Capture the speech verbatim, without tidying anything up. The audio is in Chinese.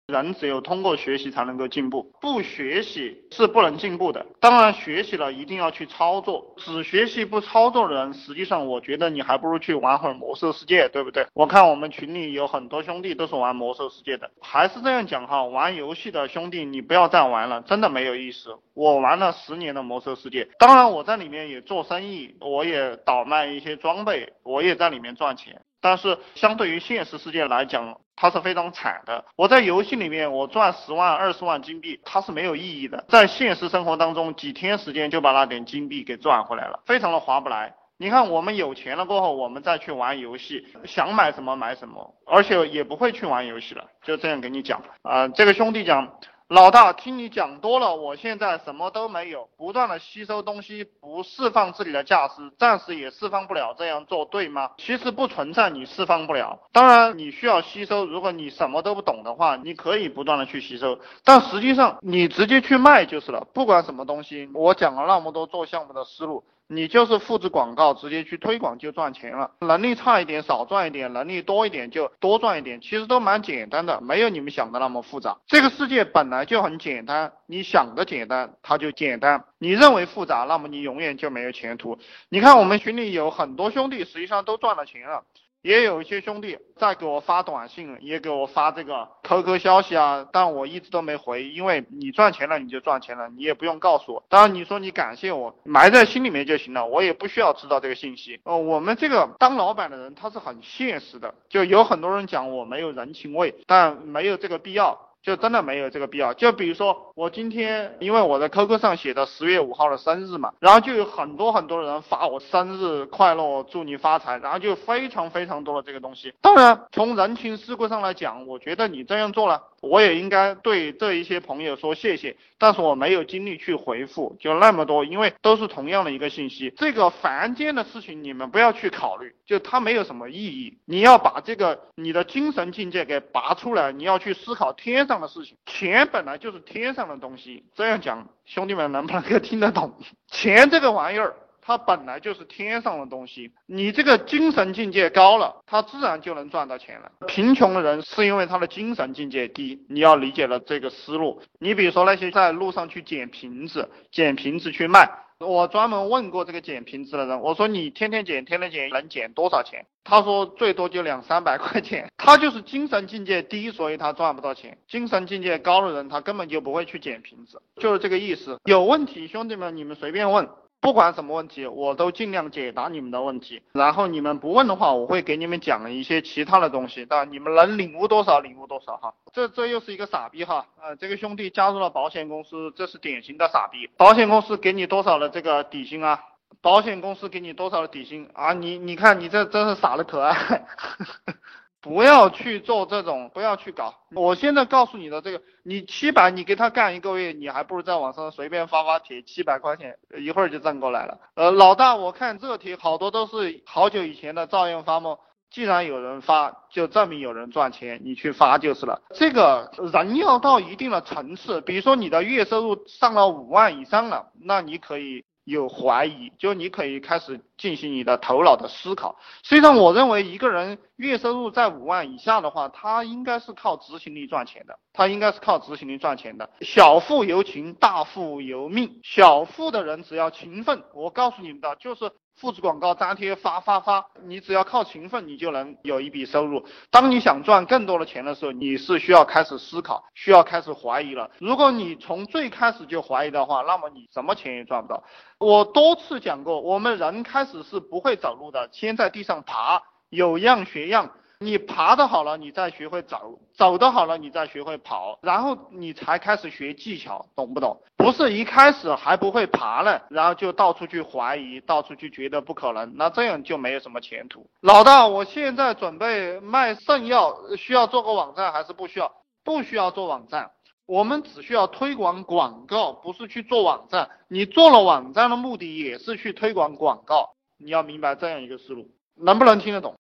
人只有通过学习才能够进步，不学习是不能进步的。当然学习了一定要去操作，只学习不操作的人，实际上我觉得你还不如去玩会儿魔兽世界，对不对？我看我们群里有很多兄弟都是玩魔兽世界的。还是这样讲哈，玩游戏的兄弟你不要再玩了，真的没有意思。我玩了十年的魔兽世界，当然我在里面也做生意，我也倒卖一些装备，我也在里面赚钱，但是相对于现实世界来讲，它是非常惨的。我在游戏里面我赚十万二十万金币，它是没有意义的，在现实生活当中几天时间就把那点金币给赚回来了，非常的划不来。你看我们有钱了过后，我们再去玩游戏，想买什么买什么，而且也不会去玩游戏了，就这样跟你讲啊、呃。这个兄弟讲，老大听你讲多了，我现在什么都没有，不断的吸收东西，不释放自己的价值，暂时也释放不了，这样做对吗？其实不存在你释放不了，当然你需要吸收，如果你什么都不懂的话，你可以不断的去吸收，但实际上你直接去卖就是了。不管什么东西，我讲了那么多做项目的思路，你就是复制广告直接去推广就赚钱了，能力差一点少赚一点，能力多一点就多赚一点，其实都蛮简单的，没有你们想的那么复杂。这个世界本来就很简单，你想的简单它就简单，你认为复杂，那么你永远就没有前途。你看我们群里有很多兄弟实际上都赚了钱了，也有一些兄弟在给我发短信，也给我发这个 Q Q 消息啊，但我一直都没回，因为你赚钱了你就赚钱了，你也不用告诉我。当然你说你感谢我，埋在心里面就行了，我也不需要知道这个信息。呃，我们这个当老板的人他是很现实的，就有很多人讲我没有人情味，但没有这个必要。就真的没有这个必要。就比如说我今天因为我在 Q Q 上写的十月五号的生日嘛，然后就有很多很多人发我生日快乐，祝你发财，然后就非常非常多的这个东西。当然从人情世故上来讲，我觉得你这样做了，我也应该对这一些朋友说谢谢，但是我没有精力去回复就那么多，因为都是同样的一个信息。这个凡间的事情你们不要去考虑，就它没有什么意义。你要把这个你的精神境界给拔出来，你要去思考天上的事情。钱本来就是天上的东西，这样讲兄弟们能不能够听得懂？钱这个玩意儿它本来就是天上的东西，你这个精神境界高了，他自然就能赚到钱了。贫穷的人是因为他的精神境界低，你要理解了这个思路。你比如说那些在路上去捡瓶子，捡瓶子去卖，我专门问过这个捡瓶子的人，我说你天天捡天天捡能捡多少钱？他说最多就两三百块钱。他就是精神境界低，所以他赚不到钱。精神境界高的人他根本就不会去捡瓶子，就是这个意思。有问题兄弟们你们随便问，不管什么问题我都尽量解答你们的问题，然后你们不问的话我会给你们讲一些其他的东西，但你们能领悟多少领悟多少哈。这这又是一个傻逼哈，呃，这个兄弟加入了保险公司，这是典型的傻逼。保险公司给你多少的这个底薪啊？保险公司给你多少的底薪啊？你你看你这真是傻的可爱。不要去做这种，不要去搞。我现在告诉你的这个，你七百你给他干一个月，你还不如在网上随便发发帖，七百块钱一会儿就挣过来了。呃，老大，我看这帖好多都是好久以前的照样发梦。既然有人发，就证明有人赚钱，你去发就是了。这个人要到一定的层次，比如说你的月收入上了五万以上了，那你可以有怀疑，就你可以开始进行你的头脑的思考。实际上我认为一个人月收入在五万以下的话，他应该是靠执行力赚钱的，他应该是靠执行力赚钱的。小富由勤，大富由命。小富的人只要勤奋，我告诉你们的就是复制广告粘贴发发发，你只要靠勤奋你就能有一笔收入。当你想赚更多的钱的时候，你是需要开始思考，需要开始怀疑了。如果你从最开始就怀疑的话，那么你什么钱也赚不到。我多次讲过，我们人开始是不会走路的，先在地上爬，有样学样。你爬得好了，你再学会走，走得好了，你再学会跑，然后你才开始学技巧，懂不懂？不是一开始还不会爬了，然后就到处去怀疑，到处去觉得不可能，那这样就没有什么前途。老大，我现在准备卖肾药，需要做个网站还是不需要？不需要做网站，我们只需要推广广告，不是去做网站。你做了网站的目的也是去推广广告，你要明白这样一个思路，能不能听得懂？